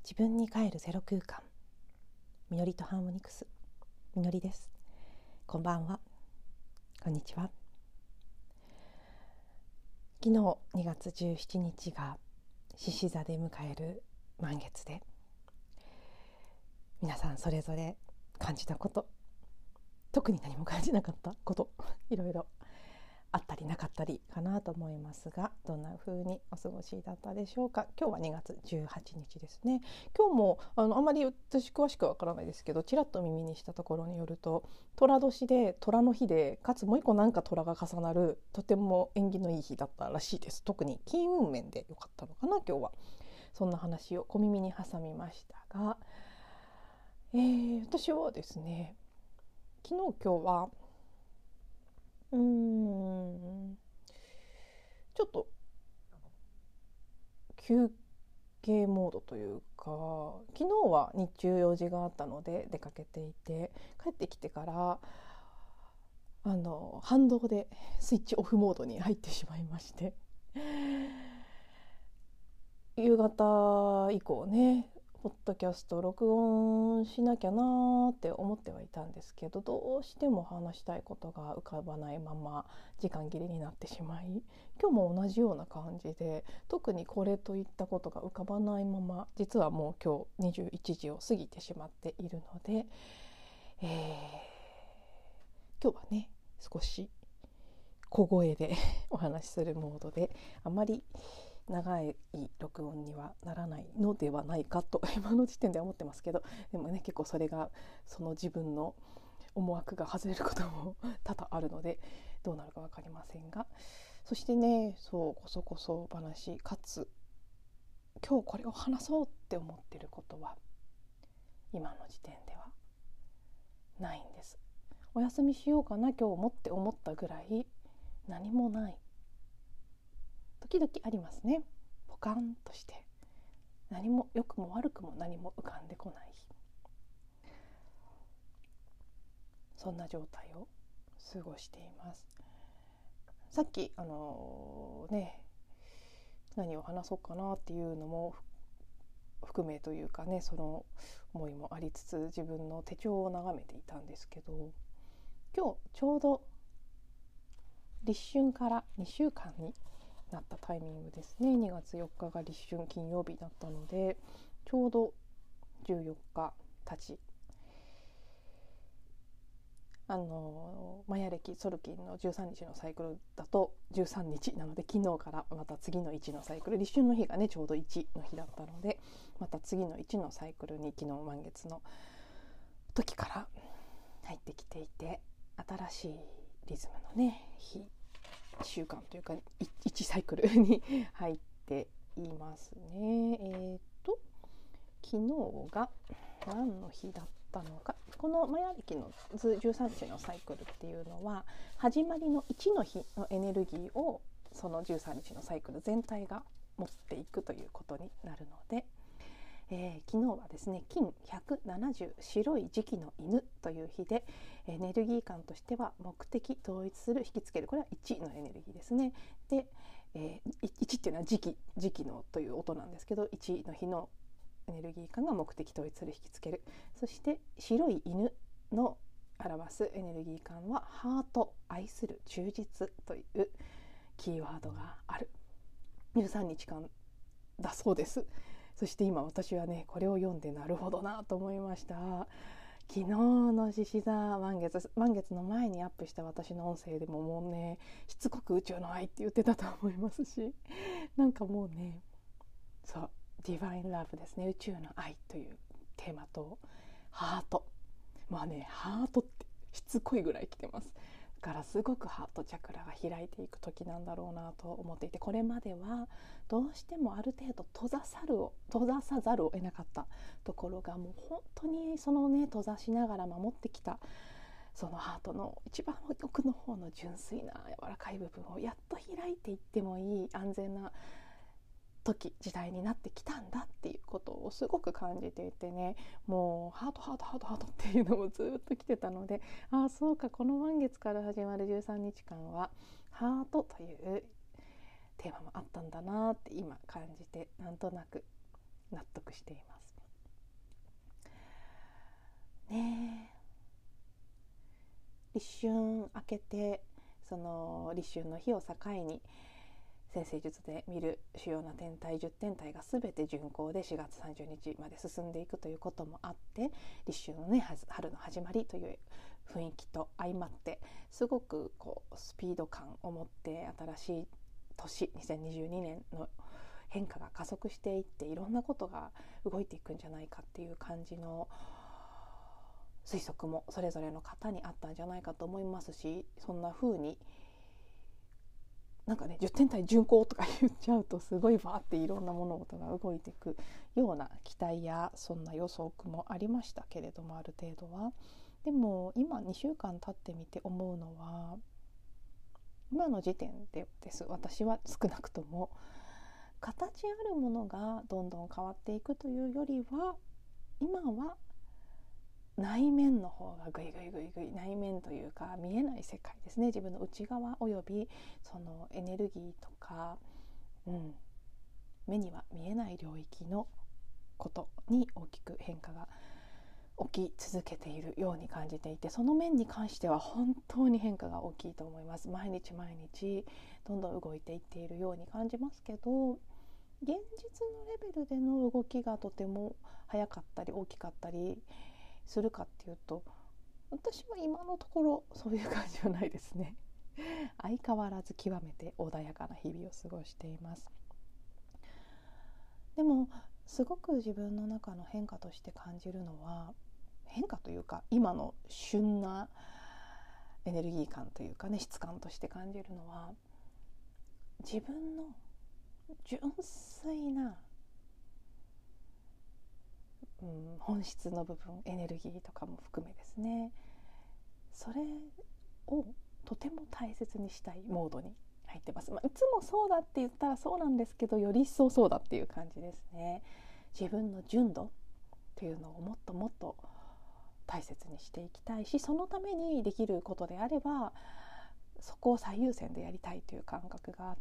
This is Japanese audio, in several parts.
自分に帰るゼロ空間、みのりとハーモニクス、みのりです。こんばんは、こんにちは。昨日2月17日が獅子座で迎える満月で、皆さんそれぞれ感じたこと、特に何も感じなかったこといろいろあったりなかったりかなと思いますが、どんな風にお過ごしだったでしょうか。今日は2月18日ですね。今日もあんまり私詳しくはわからないですけど、ちらっと耳にしたところによると、寅年で寅の日で、かつもう一個なんか寅が重なるとても縁起のいい日だったらしいです。特に金運面で良かったのかな今日は。そんな話を小耳に挟みましたが、私はですね、昨日今日はちょっと休憩モードというか、昨日は日中用事があったので出かけていて、帰ってきてから反動でスイッチオフモードに入ってしまいまして、夕方以降ねポッドキャスト録音しなきゃなーって思ってはいたんですけど、どうしても話したいことが浮かばないまま時間切れになってしまい、今日も同じような感じで特にこれといったことが浮かばないまま、実はもう今日21時を過ぎてしまっているので、今日はね少し小声でお話しするモードで、あまり長い録音にはならないのではないかと今の時点では思ってますけど、でもね結構それがその自分の思惑が外れることも多々あるので、どうなるか分かりませんが、そしてね、そうこそこそ話かつ今日これを話そうって思ってることは今の時点ではないんです。お休みしようかな今日もって思ったぐらい何もない。時々ありますね。ポカンとして何も良くも悪くも何も浮かんでこない日、そんな状態を過ごしています。さっき何を話そうかなっていうのも含めというかね、その思いもありつつ自分の手帳を眺めていたんですけど、今日ちょうど立春から2週間になったタイミングですね。2月4日が立春金曜日だったので、ちょうど14日経ち、マヤ暦ソルキンの13日のサイクルだと13日なので、昨日からまた次の1のサイクル、立春の日がねちょうど1の日だったので、また次の1のサイクルに昨日満月の時から入ってきていて、新しいリズムのね日週間というか1サイクルに入っていますね。昨日が何の日だったのか。このマヤ暦の13日のサイクルっていうのは、始まりの1の日のエネルギーをその13日のサイクル全体が持っていくということになるので、昨日はですね、金170白い磁気の犬という日で、エネルギー感としては目的統一する引きつける、これは1のエネルギーですね。で、1っていうのは磁気のという音なんですけど、1の日のエネルギー感が目的統一する引きつける。そして白い犬の表すエネルギー感はハート、愛する、忠実というキーワードがある13日間だそうです。そして今私はねこれを読んでなるほどなと思いました。昨日の獅子座満月の前にアップした私の音声でももうねしつこく宇宙の愛って言ってたと思いますし、なんかもうね、そうディバインラブですね、宇宙の愛というテーマとハート、まあねハートってしつこいぐらい来てます。だからすごくハートチャクラが開いていく時なんだろうなと思っていて、これまではどうしてもある程度閉ざさざるを得なかったところが、もう本当にそのね閉ざしながら守ってきたそのハートの一番奥の方の純粋な柔らかい部分をやっと開いていってもいい安全な時代になってきたんだっていうことをすごく感じていてね、もうハートっていうのもずっと来てたので、ああそうか、この満月から始まる13日間はハートというテーマもあったんだなって今感じて、なんとなく納得しています。 ね立春明けて、その立春の日を境に占星術で見る主要な天体10天体が全て順行で4月30日まで進んでいくということもあって、立春のね春の始まりという雰囲気と相まって、すごくこうスピード感を持って新しい年2022年の変化が加速していって、いろんなことが動いていくんじゃないかっていう感じの推測もそれぞれの方にあったんじゃないかと思いますし、そんな風になんかね10天体順行とか言っちゃうとすごいバーっていろんな物事が動いていくような期待やそんな予測もありましたけれども、ある程度は。でも今2週間経ってみて思うのは、今の時点でです、私は少なくとも形あるものがどんどん変わっていくというよりは、今は内面の方がぐいぐいぐいぐい、内面というか見えない世界ですね、自分の内側およびそのエネルギーとか、目には見えない領域のことに大きく変化が起き続けているように感じていて、その面に関しては本当に変化が大きいと思います。毎日毎日どんどん動いていっているように感じますけど、現実のレベルでの動きがとても早かったり大きかったりするかっていうと、私は今のところそういう感じはないですね。相変わらず極めて穏やかな日々を過ごしています。でもすごく自分の中の変化として感じるのは、変化というか今の旬なエネルギー感というかね、質感として感じるのは、自分の純粋な、本質の部分、エネルギーとかも含めですね、それをとても大切にしたいモードに入ってます。いつもそうだって言ったらそうなんですけど、より一層そうだっていう感じですね。自分の純度というのをもっともっと大切にしていきたいし、そのためにできることであればそこを最優先でやりたいという感覚があって、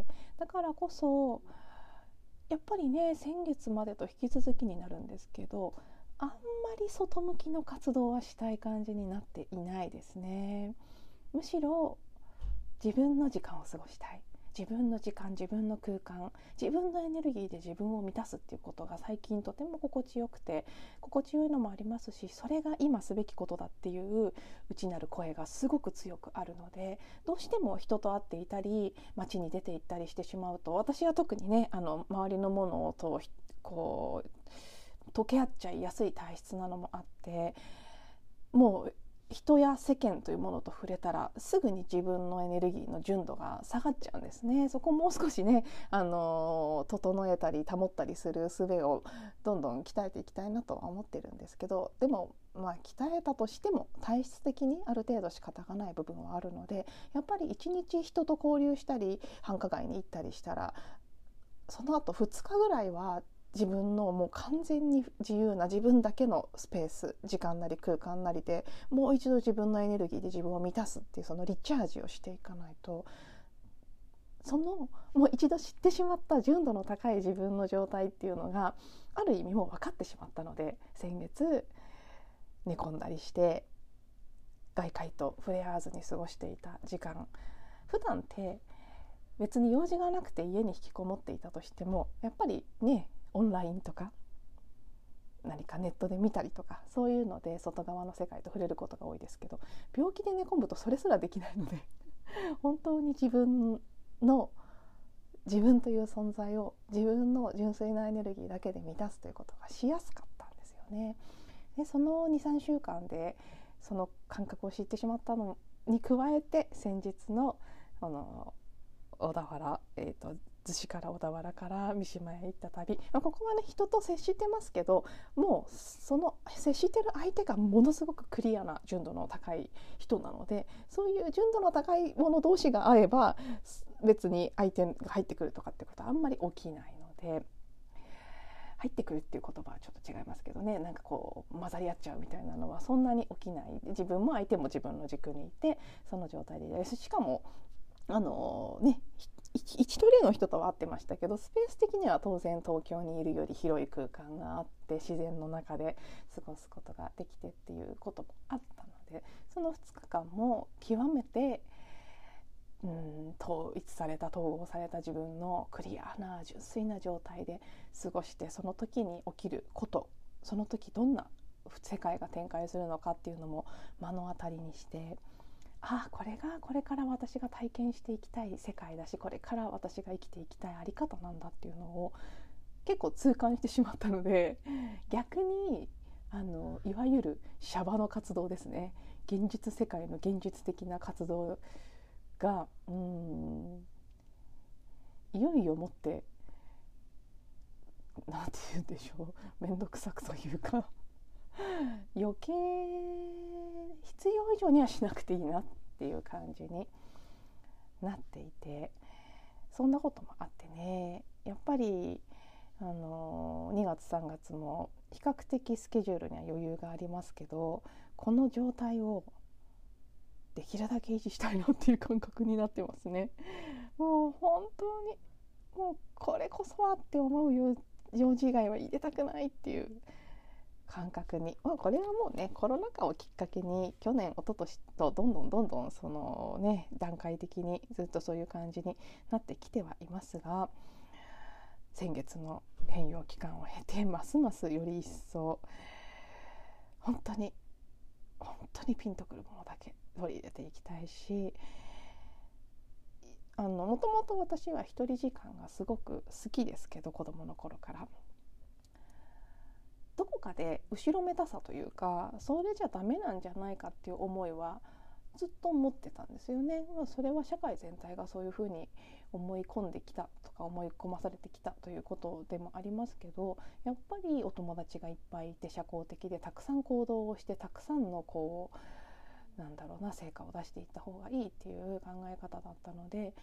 だからこそやっぱりね、先月までと引き続きになるんですけど、あんまり外向きの活動はしたい感じになっていないですね。むしろ自分の時間を過ごしたい、自分の時間、自分の空間、自分のエネルギーで自分を満たすっていうことが最近とても心地よくて、心地よいのもありますし、それが今すべきことだっていう内なる声がすごく強くあるので、どうしても人と会っていたり街に出て行ったりしてしまうと、私は特にね、周りのものとこう溶け合っちゃいやすい体質なのもあって、もう人や世間というものと触れたらすぐに自分のエネルギーの純度が下がっちゃうんですね。そこをもう少しね、整えたり保ったりする術をどんどん鍛えていきたいなとは思ってるんですけど、でも鍛えたとしても体質的にある程度仕方がない部分はあるので、やっぱり一日人と交流したり繁華街に行ったりしたら、その後2日ぐらいは自分のもう完全に自由な自分だけのスペース、時間なり空間なりでもう一度自分のエネルギーで自分を満たすっていう、そのリチャージをしていかないと、そのもう一度知ってしまった純度の高い自分の状態っていうのがある意味もう分かってしまったので、先月寝込んだりして外界と触れ合わずに過ごしていた時間、普段って別に用事がなくて家に引きこもっていたとしても、やっぱりね、オンラインとか何かネットで見たりとか、そういうので外側の世界と触れることが多いですけど、病気で寝込むとそれすらできないので本当に自分という存在を自分の純粋なエネルギーだけで満たすということがしやすかったんですよね。でその 2,3 週間でその感覚を知ってしまったのに加えて、先日の小田原、逗子から小田原から三島へ行った旅、ここはね人と接してますけど、もうその接してる相手がものすごくクリアな純度の高い人なので、そういう純度の高い者同士が会えば別に相手が入ってくるとかってことはあんまり起きないので、入ってくるっていう言葉はちょっと違いますけどね、なんかこう混ざり合っちゃうみたいなのはそんなに起きない。自分も相手も自分の軸にいて、その状態でやるし、しかも一人の人とは会ってましたけど、スペース的には当然東京にいるより広い空間があって自然の中で過ごすことができてっていうこともあったので、その2日間も極めて統合された自分のクリアな純粋な状態で過ごして、その時に起きること、その時どんな世界が展開するのかっていうのも目の当たりにして、これがこれから私が体験していきたい世界だし、これから私が生きていきたいあり方なんだっていうのを結構痛感してしまったので、逆にいわゆるシャバの活動ですね、現実世界の現実的な活動がいよいよもってなんて言うんでしょう、面倒くさくというか余計必要以上にはしなくていいなっていう感じになっていて、そんなこともあってね、やっぱり2月3月も比較的スケジュールには余裕がありますけど、この状態をできるだけ維持したいなっていう感覚になってますね。もう本当にもうこれこそはって思う用事以外は入れたくないっていう感覚に、これはもうね、コロナ禍をきっかけに去年一昨年とどんどんそのね段階的にずっとそういう感じになってきてはいますが、先月の変容期間を経てますますより一層本当にピンとくるものだけ取り入れていきたいし、もともと私は一人時間がすごく好きですけど、子供の頃からどこかで後ろめたさというか、それじゃダメなんじゃないかっていう思いはずっと持ってたんですよね。それは社会全体がそういうふうに思い込んできたとか思い込まされてきたということでもありますけど、やっぱりお友達がいっぱいいて社交的でたくさん行動をしてたくさんの成果を出していった方がいいっていう考え方だったので、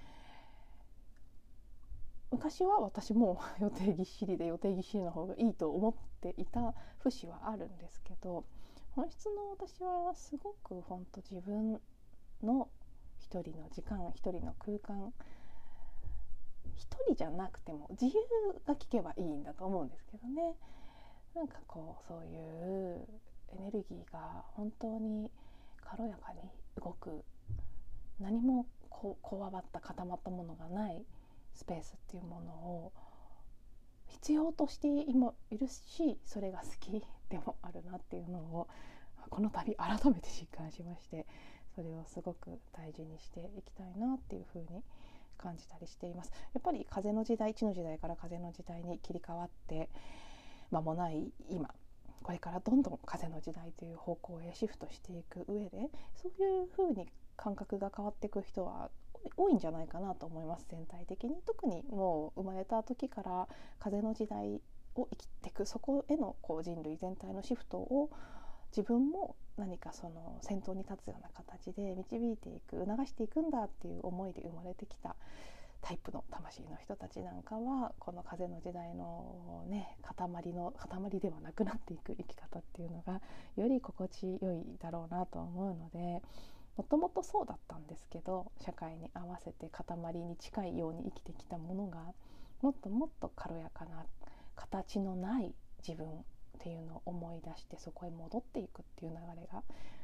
昔は私も予定ぎっしりの方がいいと思っていた節はあるんですけど、本質の私はすごく本当自分の一人の時間、一人の空間、一人じゃなくても自由が利けばいいんだと思うんですけどね。そういうエネルギーが本当に軽やかに動く、何もこわばった固まったものがないスペースっていうものを必要としているし、それが好きでもあるなっていうのをこの度改めて実感しまして、それをすごく大事にしていきたいなっていうふうに感じたりしています。やっぱり風の時代、地の時代から風の時代に切り替わって間もない今、これからどんどん風の時代という方向へシフトしていく上で、そういうふうに感覚が変わっていく人は多いんじゃないかなと思います。全体的に、特にもう生まれた時から風の時代を生きていく、そこへの人類全体のシフトを自分も何かその先頭に立つような形で導いていく、促していくんだっていう思いで生まれてきたタイプの魂の人たちなんかは、この風の時代のね塊ではなくなっていく生き方っていうのがより心地よいだろうなと思うので、もともとそうだったんですけど、社会に合わせて塊に近いように生きてきたものが、もっともっと軽やかな形のない自分っていうのを思い出して、そこへ戻っていくっていう流れが、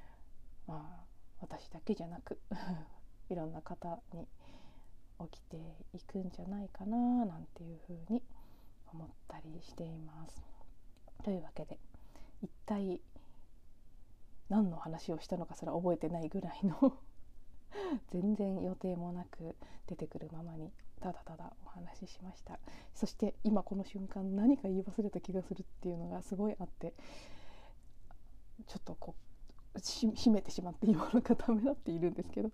私だけじゃなくいろんな方に起きていくんじゃないかななんていうふうに思ったりしています。というわけで、一体何の話をしたのかすら覚えてないぐらいの全然予定もなく出てくるままにただただお話ししました。そして今この瞬間何か言い忘れた気がするっていうのがすごいあって、ちょっと閉めてしまって今のがためらっているんですけど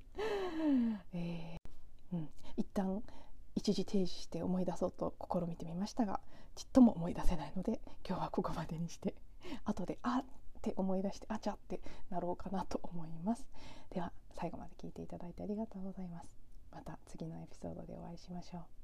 一旦一時停止して思い出そうと試みてみましたが、ちっとも思い出せないので今日はここまでにして、後でって思い出してちゃってなろうかなと思います。では最後まで聞いていただいてありがとうございます。また次のエピソードでお会いしましょう。